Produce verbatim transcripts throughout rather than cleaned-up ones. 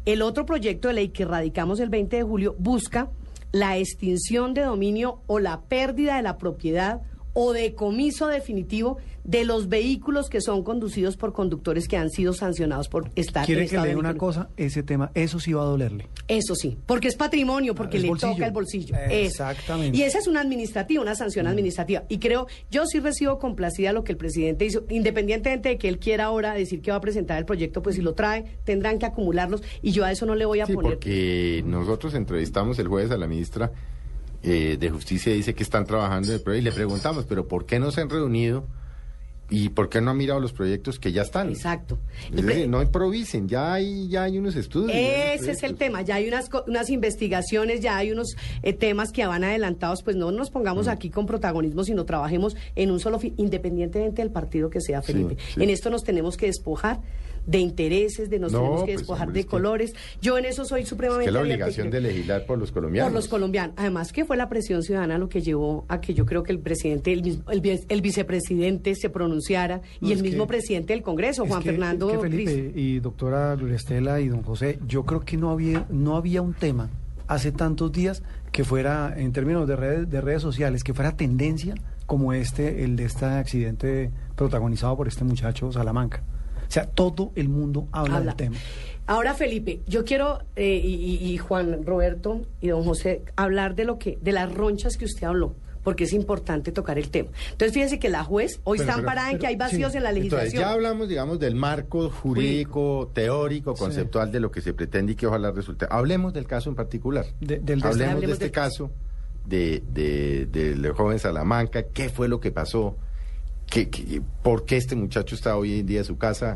El otro proyecto de ley que radicamos el veinte de julio busca la extinción de dominio o la pérdida de la propiedad o decomiso definitivo de los vehículos que son conducidos por conductores que han sido sancionados por estar ¿Quiere en que estado le de diga una alcoholismo. cosa? Ese tema, eso sí va a dolerle. Eso sí, porque es patrimonio, porque Es le bolsillo. toca el bolsillo. Exactamente. Es. Y esa es una administrativa, una sanción administrativa. Y creo, yo sí recibo complacida lo que el presidente hizo, independientemente de que él quiera ahora decir que va a presentar el proyecto, pues si lo trae, tendrán que acumularlos, y yo a eso no le voy a Sí, poner. porque nosotros entrevistamos el jueves a la ministra eh, de Justicia, dice que están trabajando en el proyecto, y le preguntamos, pero ¿por qué no se han reunido? ¿Y por qué no han mirado los proyectos que ya están? Exacto. Es decir, no improvisen, ya hay, ya hay unos estudios. Ese es el tema, ya hay unas, co- unas investigaciones, ya hay unos eh, temas que van adelantados, pues no nos pongamos Mm. aquí con protagonismo, sino trabajemos en un solo fin, independientemente del partido que sea, Felipe. Sí, sí. En esto nos tenemos que despojar de intereses, de nos No, tenemos que pues, despojar hombre, de es que- colores. Yo en eso soy Es supremamente que la abierta y obligación creo- de legislar por los colombianos. por los colombianos. Además que fue la presión ciudadana lo que llevó a que yo creo que el presidente, el, mismo- el, vice- el vicepresidente se pronunciara y No, el es mismo que- presidente del Congreso, Es Juan que- Fernando es que Felipe Cris. y doctora Gloria Estela y don José, yo creo que no había, no había un tema hace tantos días que fuera, en términos de redes, de redes sociales, que fuera tendencia como este, el de este accidente protagonizado por este muchacho Salamanca. O sea, todo el mundo habla, Habla. del tema. Ahora, Felipe, yo quiero, eh, y, y- y Juan Roberto y don José, hablar de lo que, de las ronchas que usted habló, porque es importante tocar el tema. Entonces, fíjese que la juez hoy Pero, está pero, amparada en pero, que hay vacíos sí. en la Entonces, legislación. ya hablamos, digamos, del marco jurídico, teórico, conceptual de lo que se pretende y que ojalá resulte. Hablemos del caso en particular. De- del de- Hablemos, Hablemos de este del caso de, de, del joven Salamanca, qué fue lo que pasó, qué, qué- por qué este muchacho está hoy en día en su casa.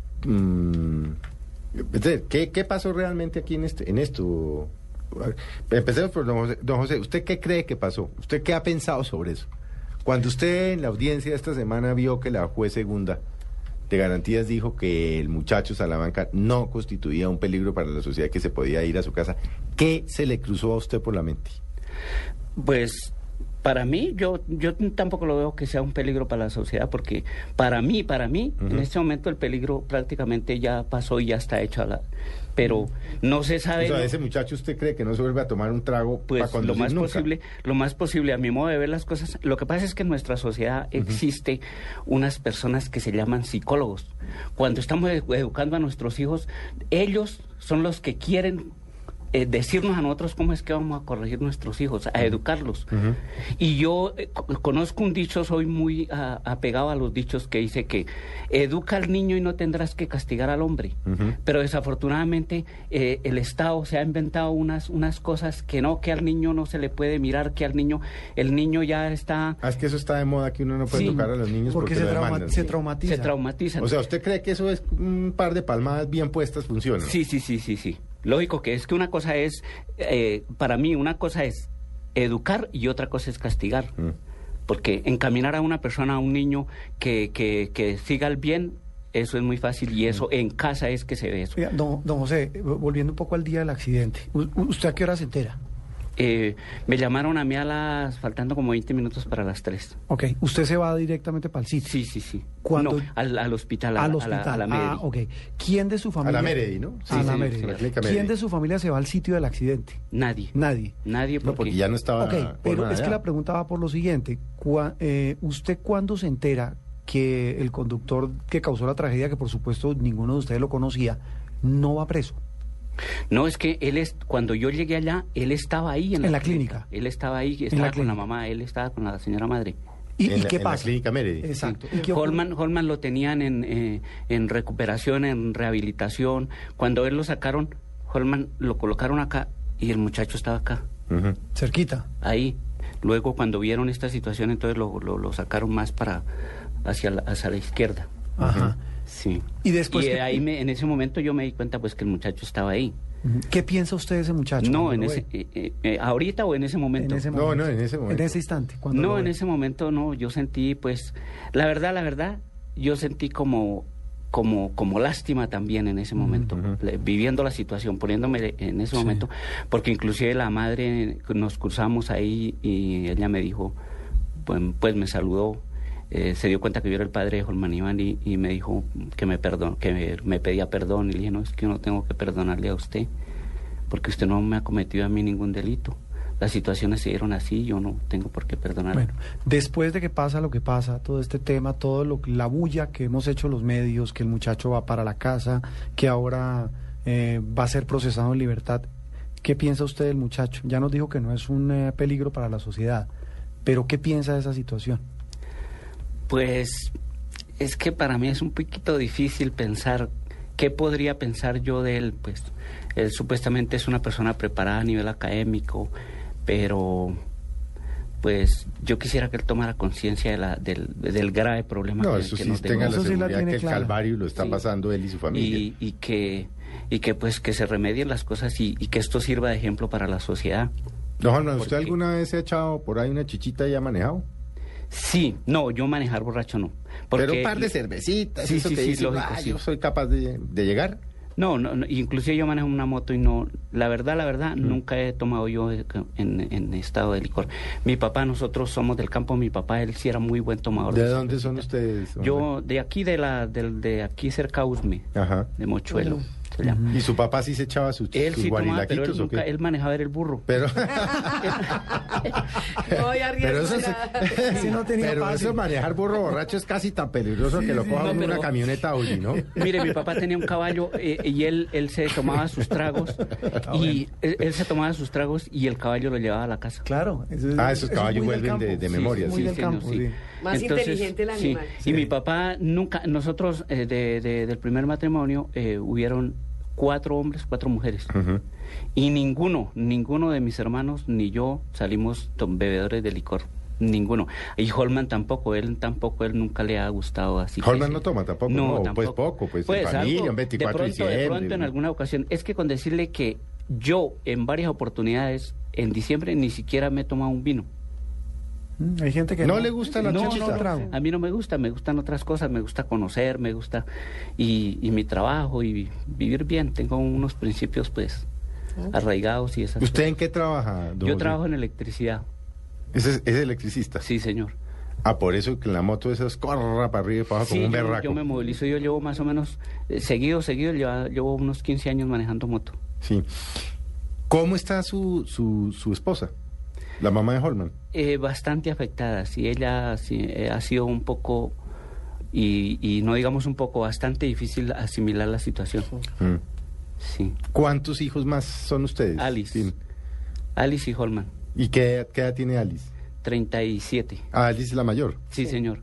Mm, es decir, ¿qué, qué pasó realmente aquí en, este, en esto? A ver, empecemos por don José. Don José, ¿usted qué cree que pasó? ¿Usted qué ha pensado sobre eso? Cuando usted en la audiencia de esta semana vio que la juez segunda de garantías dijo que el muchacho Salamanca no constituía un peligro para la sociedad, que se podía ir a su casa, ¿qué se le cruzó a usted por la mente? Pues para mí, yo yo tampoco lo veo que sea un peligro para la sociedad, porque para mí, para mí, Ujú. en este momento el peligro prácticamente ya pasó y ya está hecho a la... Pero no se sabe... O sea, no- ese muchacho, ¿usted cree que no se vuelve a tomar un trago para Pues lo conducir más nunca? posible, lo más posible, a mi modo de ver las cosas. Lo que pasa es que en nuestra sociedad existe unas personas que se llaman psicólogos. Cuando estamos edu- educando a nuestros hijos, ellos son los que quieren eh, decirnos a nosotros cómo es que vamos a corregir nuestros hijos, a educarlos. Ujú. Y yo eh, co- conozco un dicho, soy muy ah, apegado a los dichos que dice que educa al niño y no tendrás que castigar al hombre. Ujú. Pero desafortunadamente eh, el Estado se ha inventado unas unas cosas que no, que al niño no se le puede mirar, que al niño, el niño ya está, Ah, es que eso está de moda, que uno no puede Sí. tocar a los niños Porque, porque, se, lo trauma- demandan. se Sí. traumatiza. se traumatiza. O sea, ¿usted cree que eso es un par de palmadas bien puestas funciona? Sí, sí, sí, sí, sí. Lógico que es que una cosa es, eh, para mí, una cosa es educar y otra cosa es castigar. Mm. Porque encaminar a una persona, a un niño que, que, que siga el bien, eso es muy fácil y eso en casa es que se ve eso. Oiga, don, don José, eh, volviendo un poco al día del accidente, ¿u- ¿usted a qué hora se entera? Eh, me llamaron a mí a las, faltando como veinte minutos para las tres. Ok, usted se va directamente para el sitio. Sí, sí, sí. ¿Cuándo? No, al, al hospital, a, Al a la- hospital. a la, ah, Medi. ok. ¿Quién de su A familia? la Meredi, ¿no? a Sí, la sí, Meredi. sí, la clínica ¿Quién Meredi. de su familia se va al sitio del accidente? Nadie. Nadie. Nadie No, porque... porque ya no estaba... Ok, pero Colman es que allá. la pregunta va por lo siguiente. Cua- eh, ¿Usted cuándo se entera que el conductor que causó la tragedia, que por supuesto ninguno de ustedes lo conocía, no va preso? No, es que él es, cuando yo llegué allá, él estaba ahí en, En la clínica. Él estaba ahí, la estaba con clínica. la mamá, él estaba con la señora madre. ¿Y, En y la- qué en la pasa? clínica Meredi. Exacto. ¿Y qué ocurre? Holman, Holman lo tenían en, eh, en recuperación, en rehabilitación. Cuando él lo sacaron, Holman lo colocaron acá y el muchacho estaba acá, Ujú. Cerquita. ahí. Luego cuando vieron esta situación, entonces lo, lo, lo sacaron más para hacia la, hacia la izquierda. Ajá. Sí. Y después Y que- ahí me, en ese momento yo me di cuenta pues que el muchacho estaba ahí. Ujú. ¿Qué piensa usted de ese muchacho? No, cuando en lo ese, ve? eh, eh, eh, ahorita o en ese momento. En ese No, momento. no, en ese momento. En ese instante. Cuando No, lo en ve. ese momento no, yo sentí pues, la verdad, la verdad, yo sentí como, como, como lástima también en ese momento, Ujú. le- viviendo la situación, poniéndome en ese Sí. momento, porque inclusive la madre nos cruzamos ahí y ella me dijo, pues, pues me saludó eh, se dio cuenta que yo era el padre de Holman Iván y, y me dijo que me perdón, que me, me pedía perdón. Y le dije, no, es que yo no tengo que perdonarle a usted, porque usted no me ha cometido a mí ningún delito. Las situaciones se dieron así, yo no tengo por qué perdonarle. Bueno, después de que pasa lo que pasa, todo este tema, todo lo la bulla que hemos hecho los medios, que el muchacho va para la casa, que ahora eh, va a ser procesado en libertad, ¿qué piensa usted del muchacho? Ya nos dijo que no es un eh, peligro para la sociedad, pero ¿qué piensa de esa situación? Pues es que para mí es un poquito difícil pensar qué podría pensar yo de él. Pues él supuestamente es una persona preparada a nivel académico, pero pues yo quisiera que él tomara conciencia de la, del, del grave problema no, que, eso que sí, nos dejó. tenga la Eso sí la seguridad tiene que el clara. calvario lo está Sí. pasando él y su familia. Y, y que y que pues que se remedien las cosas y, y que esto sirva de ejemplo para la sociedad. Don Holman, ¿usted Porque- alguna vez se ha echado por ahí una chichita y ha manejado? Sí, no, yo manejar borracho no. Porque, Pero un par de cervecitas, Sí, eso sí, que sí, dice, lógico, "Ah, sí. yo soy capaz de, de llegar". No, no, no, inclusive yo manejo una moto y no, la verdad, la verdad, Mm. nunca he tomado yo en, en estado de licor. Mi papá, nosotros somos del campo, mi papá, él sí era muy buen tomador. ¿De de dónde son cervecita. ustedes? hombre? Yo, de aquí, de la, del, de aquí cerca a Usme, Ajá. de Mochuelo, Ujú. se llama. ¿Y su papá sí se echaba sus, Él sus sí tomaba, pero guarilaquitos él, o nunca, qué? él manejaba era el burro. Pero, Voy a pero eso, arriesgar. Sí, no tenía pero fácil. eso manejar burro borracho es casi tan peligroso que lo coja No, uno en una pero- camioneta Audi, ¿no? Mire, mi papá tenía un caballo eh, y él, él se tomaba sus tragos y él, él se tomaba sus tragos y el caballo lo llevaba a la casa. Claro. Eso es- Ah, esos eso es caballos muy del vuelven de- campo. de Sí, memoria, muy sí. del señor, campo, sí. sí. Más inteligente el sí. animal. Y mi papá nunca, nosotros eh, de, de- del primer matrimonio eh, hubieron cuatro hombres, cuatro mujeres. Ujú. Y ninguno, ninguno de mis hermanos ni yo salimos tom- bebedores de licor. Ninguno. Y Holman tampoco, él tampoco, él nunca le ha gustado así. que Holman sí. no toma tampoco, no, pues poco, pues en familia, algo, un veinticuatro de de pronto, de diciembre, pronto en ¿no? alguna ocasión. Es que con decirle que yo en varias oportunidades en diciembre ni siquiera me he tomado un vino. Mm, Hay gente que ¿No le gusta la No, chichita? no, no, trago. a mí no me gusta, me gustan otras cosas, me gusta conocer, me gusta y, y mi trabajo y vivir bien. Tengo unos principios pues arraigados y esas ¿Usted cosas. en qué trabaja, don Yo José? trabajo en electricidad, ¿Es, es electricista? sí señor. Ah, por eso que en la moto esas corra para arriba y para abajo Sí, como un yo, berraco. yo me movilizo, yo llevo más o menos, eh, seguido, seguido, llevo, llevo unos quince años manejando moto. Sí. ¿Cómo está su, su, su esposa, la mamá de Holman? Eh, bastante afectada, sí, ella sí, eh, ha sido un poco, y, y no digamos un poco, bastante difícil asimilar la situación. Mm. Sí. ¿Cuántos hijos más son ustedes? Alice. Sí. Alice y Holman, ¿Y qué, qué edad tiene Alice? treinta y siete. Ah, Alice es la mayor. Sí, señor.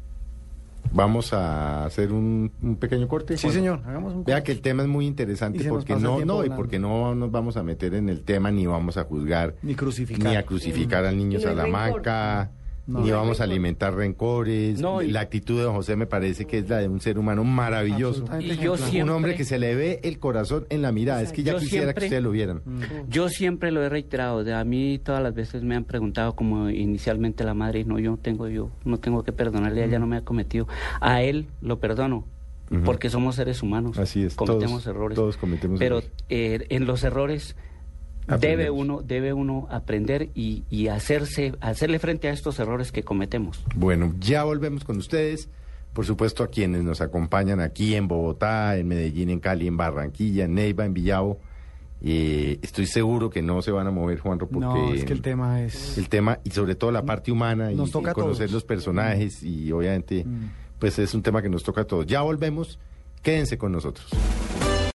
Vamos a hacer un, un pequeño corte. Sí, Juan. señor, hagamos un Vea corte. que el tema es muy Y interesante se nos porque pasa el no, tiempo no, y volando. porque no nos vamos a meter en el tema ni vamos a juzgar Ni crucificar. ni a crucificar al niño Y no hay Salamanca, No. ni No hay vamos a rencor. alimentar rencores. No, y- La actitud de don José me parece que es la de un ser humano maravilloso. Absolutamente Y yo ejemplar. siempre- Un hombre que se le ve el corazón en la mirada. Es que ya Yo quisiera siempre- que ustedes lo vieran. Mm. Yo siempre lo he reiterado, de a mí todas las veces me han preguntado como inicialmente la madre, y no, yo no tengo, yo no tengo que perdonarle, ella no me ha cometido. A él lo perdono, Ujú. porque somos seres humanos. Así es, Cometemos todos- errores. todos cometemos Pero errores. eh, en los errores debe Aprendemos. uno, debe uno aprender y, y hacerse, hacerle frente a estos errores que cometemos. Bueno, ya volvemos con ustedes. Por supuesto, a quienes nos acompañan aquí en Bogotá, en Medellín, en Cali, en Barranquilla, en Neiva, en Villavo. Eh, estoy seguro que no se van a mover, Juanro, porque No, es que el tema es... el tema y sobre todo la parte humana y, Nos toca y a conocer todos. los personajes y obviamente Mm. pues es un tema que nos toca a todos. Ya volvemos, quédense con nosotros.